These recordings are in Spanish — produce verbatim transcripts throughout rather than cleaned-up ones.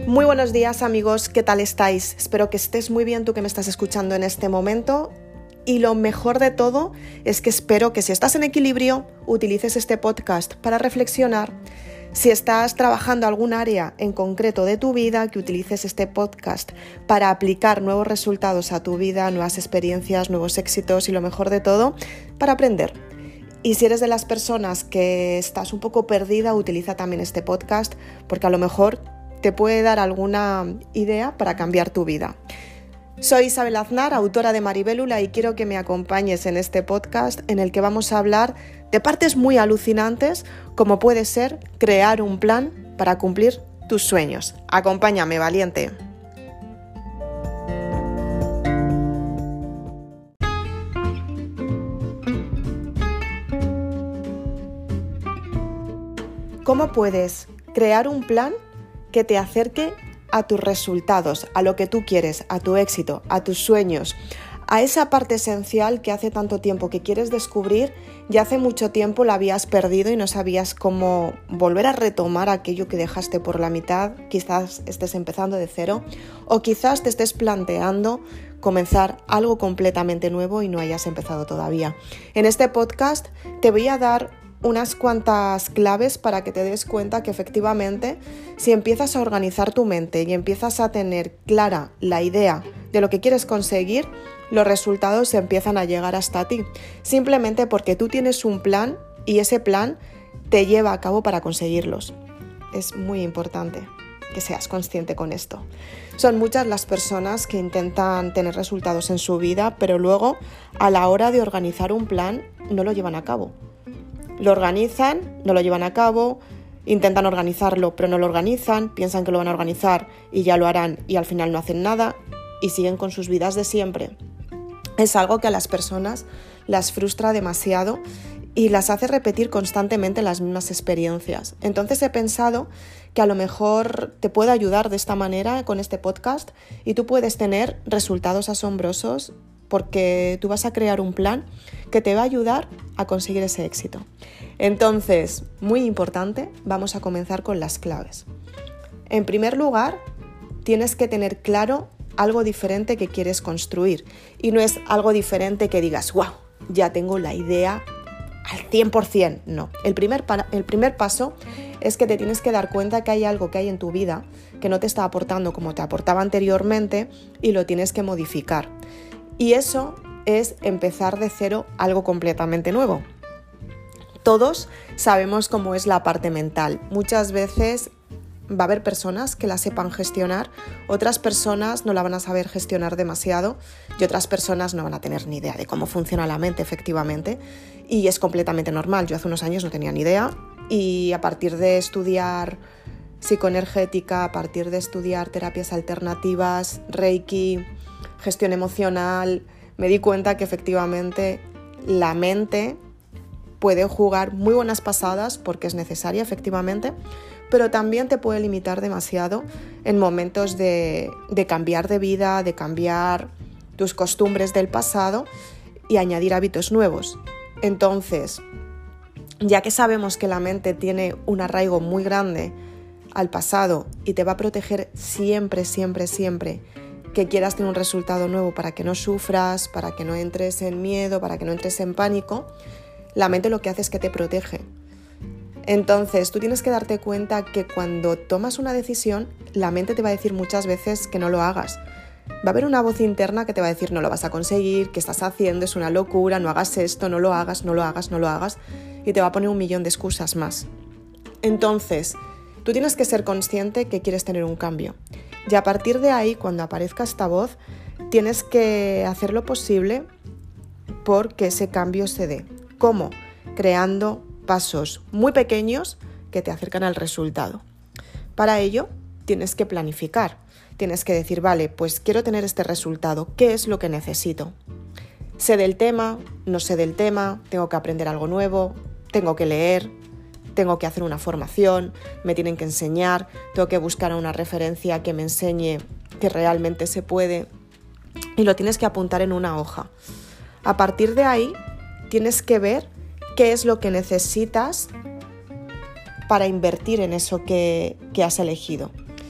Muy buenos días amigos, ¿qué tal estáis? Espero que estés muy bien tú que me estás escuchando en este momento y lo mejor de todo es que espero que si estás en equilibrio utilices este podcast para reflexionar. Si estás trabajando algún área en concreto de tu vida, que utilices este podcast para aplicar nuevos resultados a tu vida, nuevas experiencias, nuevos éxitos y lo mejor de todo, para aprender. Y si eres de las personas que estás un poco perdida, utiliza también este podcast porque a lo mejor te puede dar alguna idea para cambiar tu vida. Soy Isabel Aznar, autora de Maribélula, y quiero que me acompañes en este podcast en el que vamos a hablar de partes muy alucinantes como puede ser crear un plan para cumplir tus sueños. Acompáñame, valiente. ¿Cómo puedes crear un plan que te acerque a tus resultados, a lo que tú quieres, a tu éxito, a tus sueños, a esa parte esencial que hace tanto tiempo que quieres descubrir y hace mucho tiempo la habías perdido y no sabías cómo volver a retomar aquello que dejaste por la mitad? Quizás estés empezando de cero o quizás te estés planteando comenzar algo completamente nuevo y no hayas empezado todavía. En este podcast te voy a dar unas cuantas claves para que te des cuenta que efectivamente si empiezas a organizar tu mente y empiezas a tener clara la idea de lo que quieres conseguir, los resultados empiezan a llegar hasta ti, simplemente porque tú tienes un plan y ese plan te lleva a cabo para conseguirlos. Es muy importante que seas consciente con esto. Son muchas las personas que intentan tener resultados en su vida, pero luego a la hora de organizar un plan no lo llevan a cabo. Lo organizan, no lo llevan a cabo, intentan organizarlo pero no lo organizan, piensan que lo van a organizar y ya lo harán y al final no hacen nada y siguen con sus vidas de siempre. Es algo que a las personas las frustra demasiado y las hace repetir constantemente las mismas experiencias. Entonces he pensado que a lo mejor te puedo ayudar de esta manera con este podcast y tú puedes tener resultados asombrosos porque tú vas a crear un plan que te va a ayudar a conseguir ese éxito. Entonces, muy importante, vamos a comenzar con las claves. En primer lugar, tienes que tener claro algo diferente que quieres construir. Y no es algo diferente que digas, wow, ya tengo la idea al cien por ciento. No, el primer, pa- el primer paso es que te tienes que dar cuenta que hay algo que hay en tu vida que no te está aportando como te aportaba anteriormente y lo tienes que modificar. Y eso es empezar de cero algo completamente nuevo. Todos sabemos cómo es la parte mental. Muchas veces va a haber personas que la sepan gestionar, otras personas no la van a saber gestionar demasiado y otras personas no van a tener ni idea de cómo funciona la mente efectivamente. Y es completamente normal. Yo hace unos años no tenía ni idea y a partir de estudiar psicoenergética, a partir de estudiar terapias alternativas, Reiki, gestión emocional, me di cuenta que efectivamente la mente puede jugar muy buenas pasadas porque es necesaria efectivamente, pero también te puede limitar demasiado en momentos de, de cambiar de vida, de cambiar tus costumbres del pasado y añadir hábitos nuevos. Entonces, ya que sabemos que la mente tiene un arraigo muy grande al pasado y te va a proteger siempre, siempre, siempre que quieras tener un resultado nuevo para que no sufras, para que no entres en miedo, para que no entres en pánico, la mente lo que hace es que te protege. Entonces, tú tienes que darte cuenta que cuando tomas una decisión, la mente te va a decir muchas veces que no lo hagas. Va a haber una voz interna que te va a decir no lo vas a conseguir, qué estás haciendo, es una locura, no hagas esto, no lo hagas, no lo hagas, no lo hagas, y te va a poner un millón de excusas más. Entonces, tú tienes que ser consciente que quieres tener un cambio. Y a partir de ahí, cuando aparezca esta voz, tienes que hacer lo posible porque ese cambio se dé. ¿Cómo? Creando pasos muy pequeños que te acercan al resultado. Para ello, tienes que planificar. Tienes que decir, vale, pues quiero tener este resultado. ¿Qué es lo que necesito? Sé del tema, no sé del tema, tengo que aprender algo nuevo, tengo que leer, tengo que hacer una formación, me tienen que enseñar, tengo que buscar a una referencia que me enseñe que realmente se puede y lo tienes que apuntar en una hoja. A partir de ahí tienes que ver qué es lo que necesitas para invertir en eso que, que has elegido.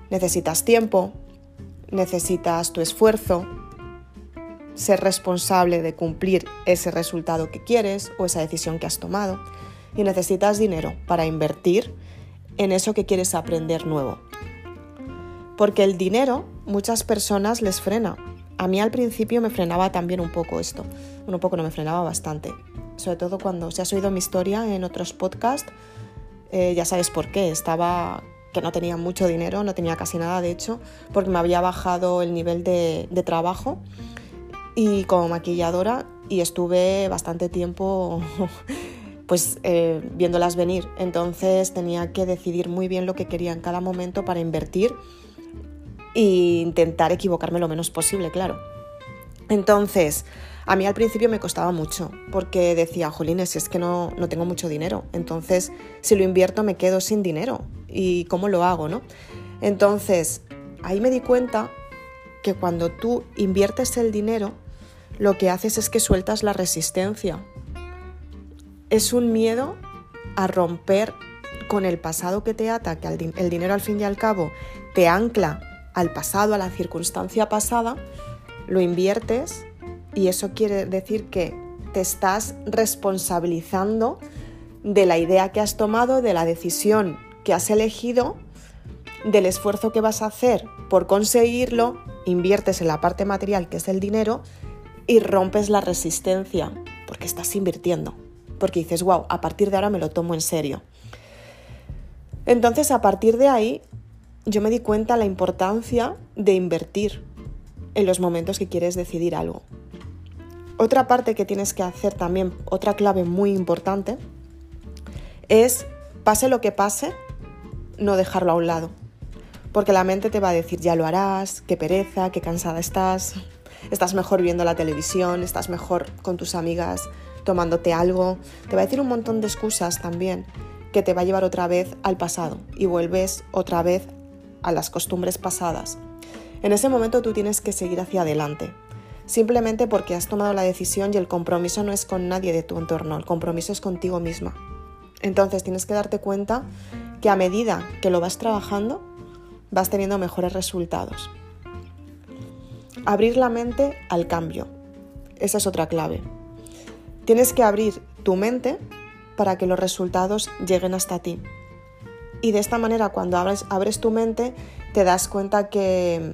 Necesitas tiempo, necesitas tu esfuerzo, ser responsable de cumplir ese resultado que quieres o esa decisión que has tomado, y necesitas dinero para invertir en eso que quieres aprender nuevo. Porque el dinero muchas personas les frena. A mí al principio me frenaba también un poco esto. Un poco no, me frenaba bastante. Sobre todo cuando, si has oído mi historia en otros podcasts, eh, ya sabes por qué. Estaba que no tenía mucho dinero, no tenía casi nada de hecho, porque me había bajado el nivel de, de trabajo y como maquilladora y estuve bastante tiempo pues eh, viéndolas venir. Entonces tenía que decidir muy bien lo que quería en cada momento para invertir e intentar equivocarme lo menos posible, claro. Entonces, a mí al principio me costaba mucho, porque decía, jolines, si es que no, no tengo mucho dinero, entonces si lo invierto me quedo sin dinero, ¿y cómo lo hago, no? Entonces, ahí me di cuenta que cuando tú inviertes el dinero, lo que haces es que sueltas la resistencia. Es un miedo a romper con el pasado que te ata, que el dinero al fin y al cabo te ancla al pasado, a la circunstancia pasada, lo inviertes y eso quiere decir que te estás responsabilizando de la idea que has tomado, de la decisión que has elegido, del esfuerzo que vas a hacer por conseguirlo, inviertes en la parte material que es el dinero y rompes la resistencia porque estás invirtiendo, porque dices, wow, a partir de ahora me lo tomo en serio. Entonces, a partir de ahí, yo me di cuenta de la importancia de invertir en los momentos que quieres decidir algo. Otra parte que tienes que hacer también, otra clave muy importante, es, pase lo que pase, no dejarlo a un lado. Porque la mente te va a decir, ya lo harás, qué pereza, qué cansada estás, estás mejor viendo la televisión, estás mejor con tus amigas tomándote algo. Te va a decir un montón de excusas también que te va a llevar otra vez al pasado y vuelves otra vez a las costumbres pasadas. En ese momento tú tienes que seguir hacia adelante, simplemente porque has tomado la decisión y el compromiso no es con nadie de tu entorno, el compromiso es contigo misma. Entonces tienes que darte cuenta que a medida que lo vas trabajando, vas teniendo mejores resultados. Abrir la mente al cambio, esa es otra clave. Tienes que abrir tu mente para que los resultados lleguen hasta ti. Y de esta manera, cuando abres, abres tu mente, te das cuenta que,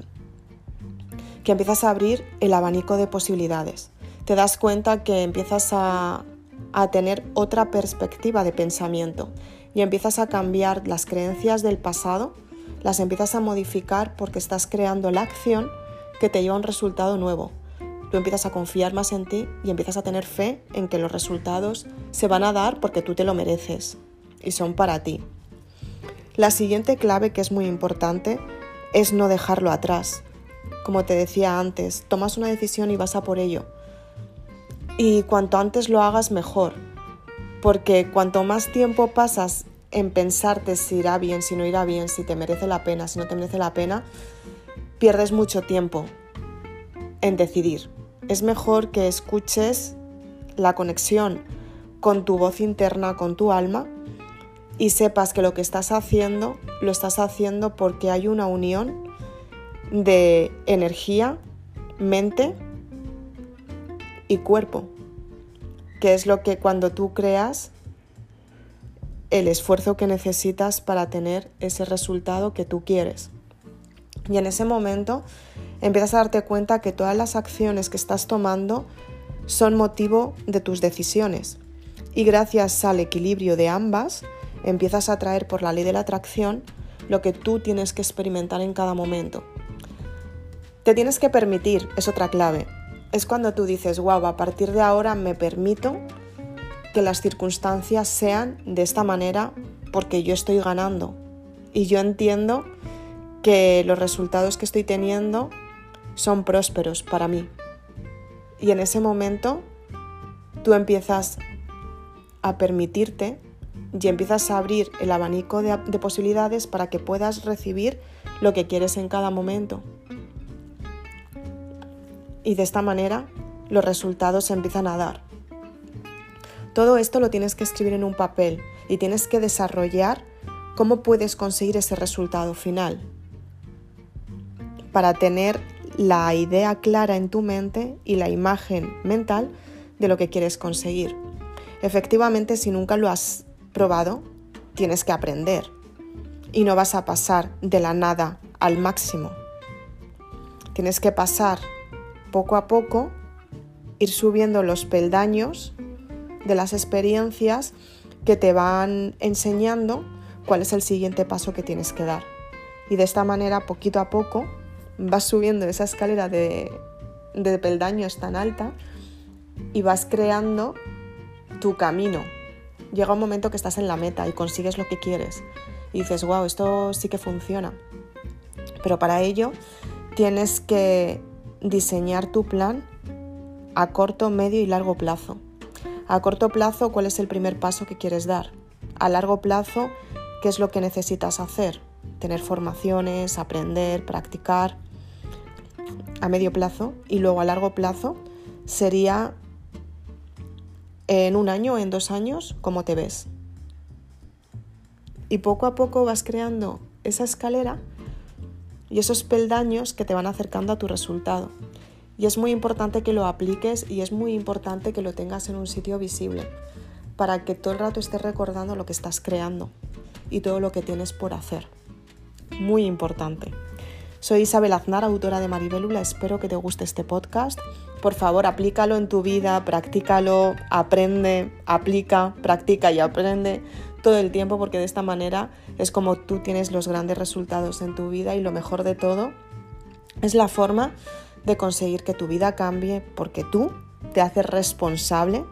que empiezas a abrir el abanico de posibilidades. Te das cuenta que empiezas a, a tener otra perspectiva de pensamiento y empiezas a cambiar las creencias del pasado, las empiezas a modificar porque estás creando la acción que te lleva a un resultado nuevo. Tú empiezas a confiar más en ti y empiezas a tener fe en que los resultados se van a dar porque tú te lo mereces y son para ti. La siguiente clave, que es muy importante, es no dejarlo atrás. Como te decía antes, tomas una decisión y vas a por ello. Y cuanto antes lo hagas, mejor. Porque cuanto más tiempo pasas en pensarte si irá bien, si no irá bien, si te merece la pena, si no te merece la pena, pierdes mucho tiempo en decidir. Es mejor que escuches la conexión con tu voz interna, con tu alma, y sepas que lo que estás haciendo, lo estás haciendo porque hay una unión de energía, mente y cuerpo, que es lo que cuando tú creas el esfuerzo que necesitas para tener ese resultado que tú quieres. Y en ese momento empiezas a darte cuenta que todas las acciones que estás tomando son motivo de tus decisiones. Y gracias al equilibrio de ambas, empiezas a atraer por la ley de la atracción lo que tú tienes que experimentar en cada momento. Te tienes que permitir, es otra clave. Es cuando tú dices, wow, a partir de ahora me permito que las circunstancias sean de esta manera porque yo estoy ganando. Y yo entiendo que los resultados que estoy teniendo son prósperos para mí. Y en ese momento tú empiezas a permitirte y empiezas a abrir el abanico de, de posibilidades para que puedas recibir lo que quieres en cada momento. Y de esta manera los resultados se empiezan a dar. Todo esto lo tienes que escribir en un papel y tienes que desarrollar cómo puedes conseguir ese resultado final. para tener la idea clara en tu mente y la imagen mental de lo que quieres conseguir. Efectivamente, si nunca lo has probado, tienes que aprender y no vas a pasar de la nada al máximo. Tienes que pasar poco a poco, ir subiendo los peldaños de las experiencias que te van enseñando cuál es el siguiente paso que tienes que dar. Y de esta manera, poquito a poco, vas subiendo esa escalera de, de peldaños tan alta y vas creando tu camino. Llega un momento que estás en la meta y consigues lo que quieres. Y dices, wow, esto sí que funciona. Pero para ello tienes que diseñar tu plan a corto, medio y largo plazo. A corto plazo, ¿cuál es el primer paso que quieres dar? A largo plazo, ¿qué es lo que necesitas hacer? Tener formaciones, aprender, practicar. A medio plazo y luego a largo plazo sería en un año, en dos años, ¿cómo te ves? Y poco a poco vas creando esa escalera y esos peldaños que te van acercando a tu resultado. Y es muy importante que lo apliques y es muy importante que lo tengas en un sitio visible para que todo el rato estés recordando lo que estás creando y todo lo que tienes por hacer. Muy importante. Soy Isabel Aznar, autora de Maribélula. Espero que te guste este podcast. Por favor, aplícalo en tu vida, practícalo, aprende, aplica, practica y aprende todo el tiempo, porque de esta manera es como tú tienes los grandes resultados en tu vida, y lo mejor de todo es la forma de conseguir que tu vida cambie, porque tú te haces responsable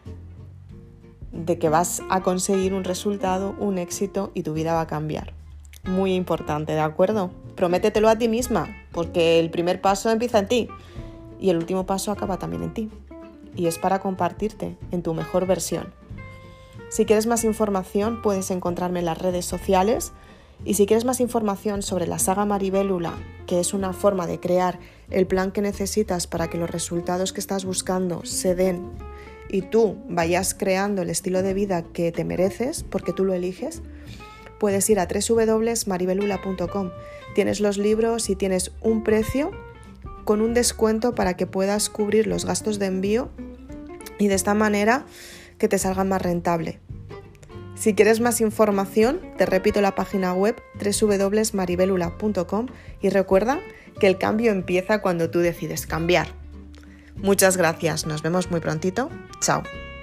de que vas a conseguir un resultado, un éxito, y tu vida va a cambiar. Muy importante, ¿de acuerdo? Prométetelo a ti misma, porque el primer paso empieza en ti y el último paso acaba también en ti. Y es para compartirte en tu mejor versión. Si quieres más información, puedes encontrarme en las redes sociales. Y si quieres más información sobre la saga Maribélula, que es una forma de crear el plan que necesitas para que los resultados que estás buscando se den y tú vayas creando el estilo de vida que te mereces, porque tú lo eliges, puedes ir a doble u doble u doble u punto maribelula punto com. Tienes los libros y tienes un precio con un descuento para que puedas cubrir los gastos de envío y de esta manera que te salga más rentable. Si quieres más información, te repito la página web doble u doble u doble u punto maribelula punto com y recuerda que el cambio empieza cuando tú decides cambiar. Muchas gracias, nos vemos muy prontito. Chao.